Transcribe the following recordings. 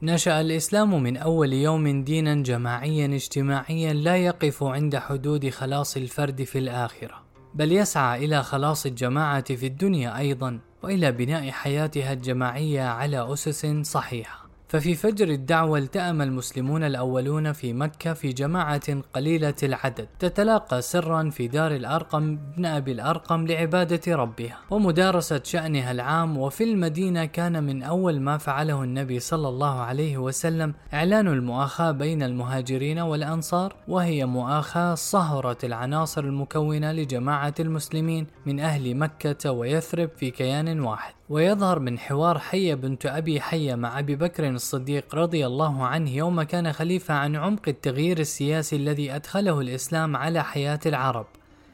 نشأ الإسلام من أول يوم دينا جماعيا اجتماعيا لا يقف عند حدود خلاص الفرد في الآخرة، بل يسعى إلى خلاص الجماعة في الدنيا أيضا، وإلى بناء حياتها الجماعية على أسس صحيحة. ففي فجر الدعوة التأم المسلمون الأولون في مكة في جماعة قليلة العدد تتلاقى سرا في دار الأرقم بن أبي الأرقم لعبادة ربها ومدارسة شأنها العام. وفي المدينة كان من أول ما فعله النبي صلى الله عليه وسلم إعلان المؤاخاة بين المهاجرين والأنصار، وهي مؤاخاة صهرت العناصر المكونة لجماعة المسلمين من أهل مكة ويثرب في كيان واحد. ويظهر من حوار حية بنت أبي حية مع أبي بكر الصديق رضي الله عنه يوم كان خليفة عن عمق التغيير السياسي الذي أدخله الإسلام على حياة العرب،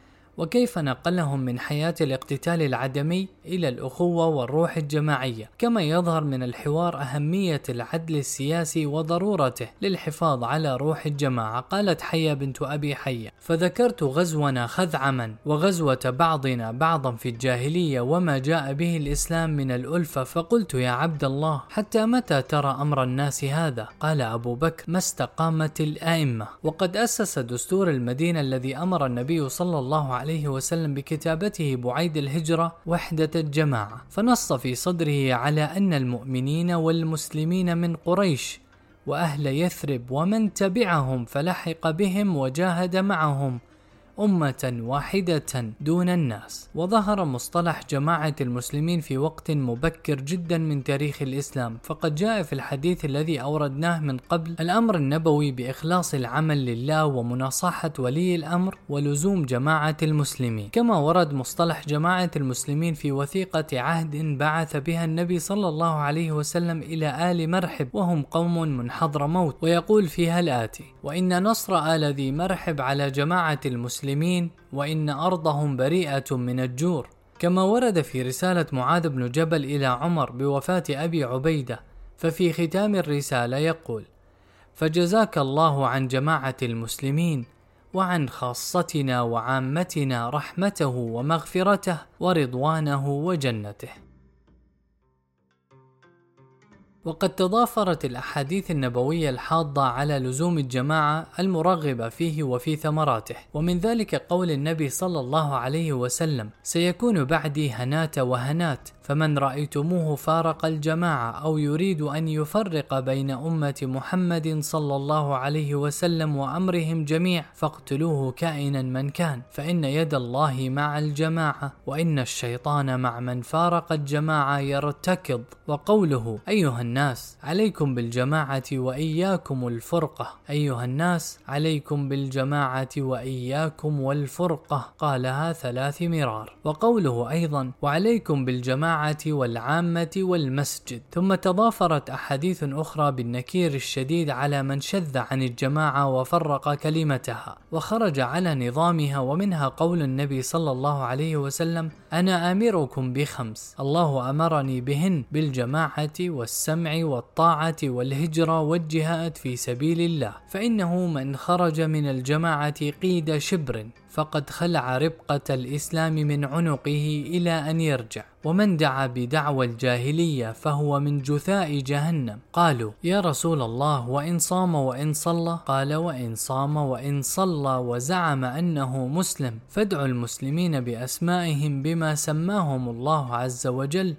وكيف نقلهم من حياة الاقتتال العدمي إلى الأخوة والروح الجماعية. كما يظهر من الحوار أهمية العدل السياسي وضرورته للحفاظ على روح الجماعة. قالت حية بنت أبي حية: فذكرت غزونا خذعما وغزوة بعضنا بعضا في الجاهلية وما جاء به الإسلام من الألفة، فقلت يا عبد الله حتى متى ترى أمر الناس هذا؟ قال أبو بكر: ما استقامت الآئمة. وقد أسس دستور المدينة الذي أمر النبي صلى الله عليه وسلم بكتابته بعيد الهجرة وحدة الجماعة، فنص في صدره على أن المؤمنين والمسلمين من قريش وأهل يثرب ومن تبعهم فلحق بهم وجاهد معهم أمة واحدة دون الناس. وظهر مصطلح جماعة المسلمين في وقت مبكر جدا من تاريخ الإسلام، فقد جاء في الحديث الذي أوردناه من قبل الأمر النبوي بإخلاص العمل لله ومناصحة ولي الأمر ولزوم جماعة المسلمين. كما ورد مصطلح جماعة المسلمين في وثيقة عهد بعث بها النبي صلى الله عليه وسلم إلى آل مرحب وهم قوم من حضرموت، ويقول فيها الآتي: وإن نصر آل ذي مرحب على جماعة المسلمين وإن أرضهم بريئة من الجور. كما ورد في رسالة معاذ بن جبل إلى عمر بوفاة أبي عبيدة، ففي ختام الرسالة يقول: فجزاك الله عن جماعة المسلمين وعن خاصتنا وعامتنا رحمته ومغفرته ورضوانه وجنته. وقد تضافرت الأحاديث النبوية الحاضة على لزوم الجماعة المرغبة فيه وفي ثمراته، ومن ذلك قول النبي صلى الله عليه وسلم: سيكون بعدي هنات وهنات، فمن رأيتموه فارق الجماعة أو يريد أن يفرق بين أمة محمد صلى الله عليه وسلم وأمرهم جميع فاقتلوه كائنا من كان، فإن يد الله مع الجماعة وإن الشيطان مع من فارق الجماعة يرتكض. وقوله: أيها الناس عليكم بالجماعة وإياكم الفرقة، أيها الناس عليكم بالجماعة وإياكم والفرقة، قالها 3 مرار. وقوله أيضا: وعليكم بالجماعة والعامة والمسجد. ثم تضافرت أحاديث أخرى بالنكير الشديد على من شذ عن الجماعة وفرق كلمتها وخرج على نظامها، ومنها قول النبي صلى الله عليه وسلم: أنا آمركم ب5 الله أمرني بهن: بالجماعة والسمع والطاعة والهجرة والجهاد في سبيل الله، فإنه من خرج من الجماعة قيد شبر فقد خلع ربقة الإسلام من عنقه إلى أن يرجع، ومن دعا بدعوى الجاهلية فهو من جثاء جهنم. قالوا: يا رسول الله وإن صام وإن صلى؟ قال: وإن صام وإن صلى وزعم أنه مسلم فادعوا المسلمين بأسمائهم بما سماهم الله عز وجل،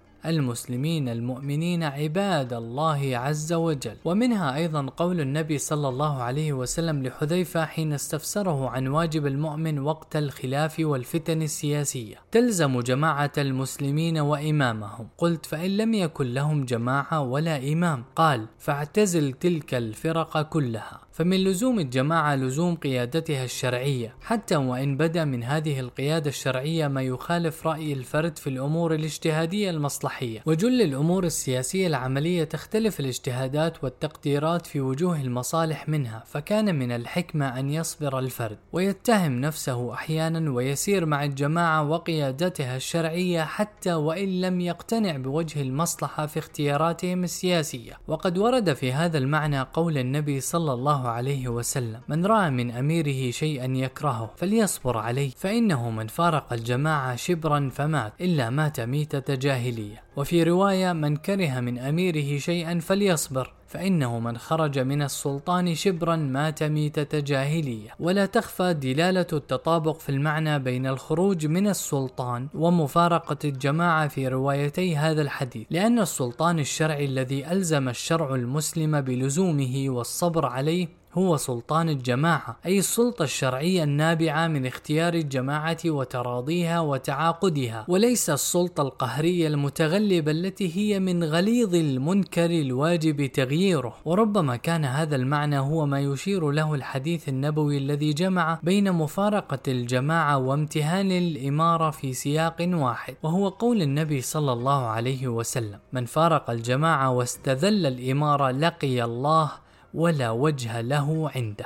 المسلمين المؤمنين عباد الله عز وجل. ومنها أيضا قول النبي صلى الله عليه وسلم لحذيفة حين استفسره عن واجب المؤمن وقت الخلاف والفتن السياسية: تلزم جماعة المسلمين وإمامهم. قلت: فإن لم يكن لهم جماعة ولا إمام؟ قال: فاعتزل تلك الفرق كلها. فمن لزوم الجماعة لزوم قيادتها الشرعية، حتى وإن بدا من هذه القيادة الشرعية ما يخالف رأي الفرد في الأمور الاجتهادية المصلحية. وجل الأمور السياسية العملية تختلف الاجتهادات والتقديرات في وجوه المصالح منها، فكان من الحكمة أن يصبر الفرد ويتهم نفسه أحيانا ويسير مع الجماعة وقيادتها الشرعية حتى وإن لم يقتنع بوجه المصلحة في اختياراتهم السياسية. وقد ورد في هذا المعنى قول النبي صلى الله عليه وسلم: من رأى من أميره شيئا يكرهه فليصبر عليه، فإنه من فارق الجماعة شبرا فمات إلا مات ميتة جاهلية. وفي رواية: من كره من أميره شيئا فليصبر فإنه من خرج من السلطان شبرا مات ميتة جاهلية. ولا تخفى دلالة التطابق في المعنى بين الخروج من السلطان ومفارقة الجماعة في روايتي هذا الحديث، لأن السلطان الشرعي الذي ألزم الشرع المسلم بلزومه والصبر عليه هو سلطان الجماعة، أي السلطة الشرعية النابعة من اختيار الجماعة وتراضيها وتعاقدها، وليس السلطة القهرية المتغلبة التي هي من غليظ المنكر الواجب تغييره. وربما كان هذا المعنى هو ما يشير له الحديث النبوي الذي جمع بين مفارقة الجماعة وامتهان الإمارة في سياق واحد، وهو قول النبي صلى الله عليه وسلم: من فارق الجماعة واستذل الإمارة لقي الله ولا وجه له عنده.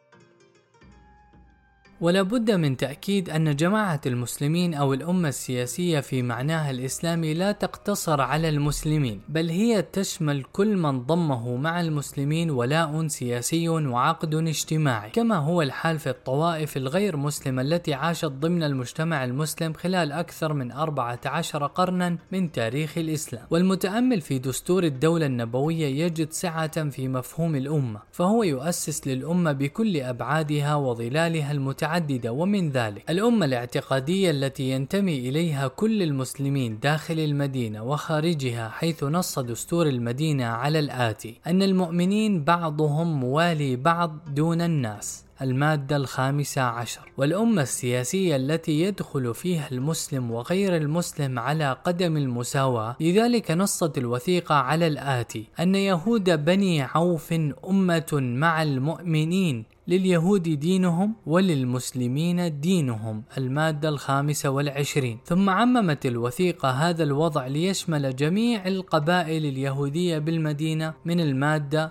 ولا بد من تأكيد أن جماعة المسلمين أو الأمة السياسية في معناها الإسلامي لا تقتصر على المسلمين، بل هي تشمل كل من ضمه مع المسلمين ولاء سياسي وعقد اجتماعي، كما هو الحال في الطوائف الغير مسلمة التي عاشت ضمن المجتمع المسلم خلال أكثر من 14 قرنا من تاريخ الإسلام. والمتأمل في دستور الدولة النبوية يجد سعة في مفهوم الأمة، فهو يؤسس للأمة بكل أبعادها وظلالها المتعددة، ومن ذلك الأمة الاعتقادية التي ينتمي إليها كل المسلمين داخل المدينة وخارجها، حيث نص دستور المدينة على الآتي: أن المؤمنين بعضهم موالي بعض دون الناس، المادة 15. والأمة السياسية التي يدخل فيها المسلم وغير المسلم على قدم المساواة، لذلك نصت الوثيقة على الآتي: أن يهود بني عوف أمة مع المؤمنين، لليهود دينهم وللمسلمين دينهم، المادة 25. ثم عممت الوثيقة هذا الوضع ليشمل جميع القبائل اليهودية بالمدينة من المادة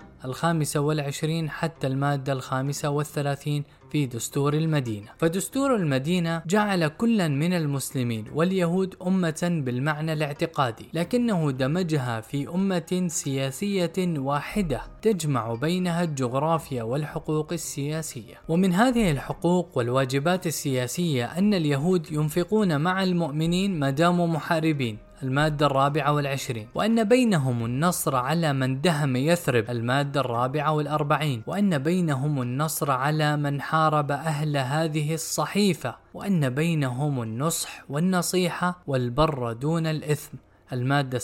25 حتى المادة 35 في دستور المدينة. فدستور المدينة جعل كلا من المسلمين واليهود أمة بالمعنى الاعتقادي، لكنه دمجها في أمة سياسية واحدة تجمع بينها الجغرافيا والحقوق السياسية. ومن هذه الحقوق والواجبات السياسية أن اليهود ينفقون مع المؤمنين ما داموا محاربين، المادة 24، وأن بينهم النصر على من دهم يثرب، المادة 44، وأن بينهم النصر على من حارب أهل هذه الصحيفة، وأن بينهم النصح والنصيحة والبر دون الإثم، المادة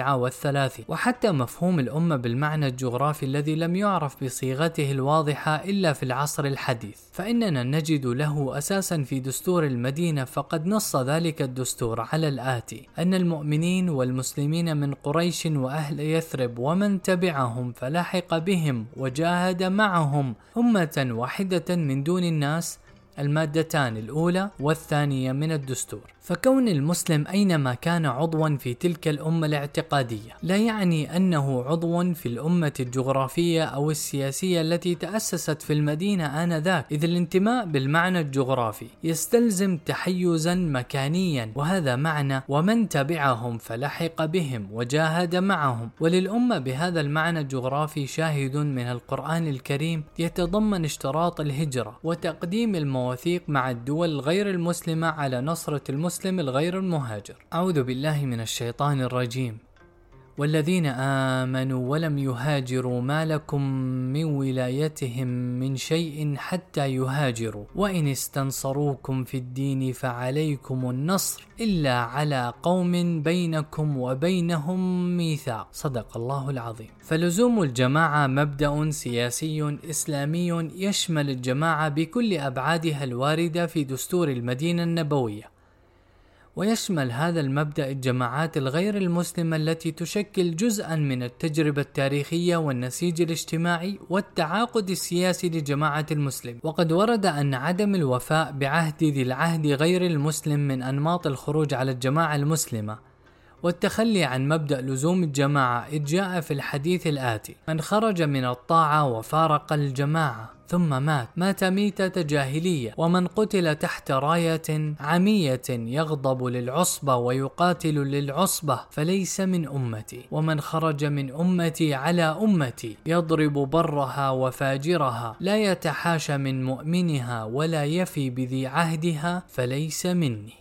37. وحتى مفهوم الأمة بالمعنى الجغرافي الذي لم يعرف بصيغته الواضحة إلا في العصر الحديث، فإننا نجد له أساسا في دستور المدينة، فقد نص ذلك الدستور على الآتي: أن المؤمنين والمسلمين من قريش وأهل يثرب ومن تبعهم فلحق بهم وجاهد معهم أمة واحدة من دون الناس، المادتان الأولى والثانية من الدستور. فكون المسلم أينما كان عضوا في تلك الأمة الاعتقادية لا يعني أنه عضو في الأمة الجغرافية أو السياسية التي تأسست في المدينة آنذاك، إذ الانتماء بالمعنى الجغرافي يستلزم تحيزا مكانيا، وهذا معنى ومن تبعهم فلحق بهم وجاهد معهم. وللأمة بهذا المعنى الجغرافي شاهد من القرآن الكريم يتضمن اشتراط الهجرة وتقديم المواثيق مع الدول غير المسلمة على نصرة المسلم الغير المهاجر. أعوذ بالله من الشيطان الرجيم. والذين آمنوا ولم يهاجروا ما لكم من ولايتهم من شيء حتى يهاجروا، وإن استنصروكم في الدين فعليكم النصر إلا على قوم بينكم وبينهم ميثاق. صدق الله العظيم. فلزوم الجماعة مبدأ سياسي إسلامي يشمل الجماعة بكل أبعادها الواردة في دستور المدينة النبوية، ويشمل هذا المبدأ الجماعات الغير المسلمة التي تشكل جزءا من التجربة التاريخية والنسيج الاجتماعي والتعاقد السياسي لجماعة المسلم. وقد ورد أن عدم الوفاء بعهد ذي العهد غير المسلم من أنماط الخروج على الجماعة المسلمة، والتخلي عن مبدأ لزوم الجماعة إذ جاء في الحديث الآتي: من خرج من الطاعة وفارق الجماعة ثم مات ميتة جاهلية، ومن قتل تحت راية عمية يغضب للعصبة ويقاتل للعصبة فليس من أمتي، ومن خرج من أمتي على أمتي يضرب برها وفاجرها لا يتحاشى من مؤمنها ولا يفي بذي عهدها فليس مني.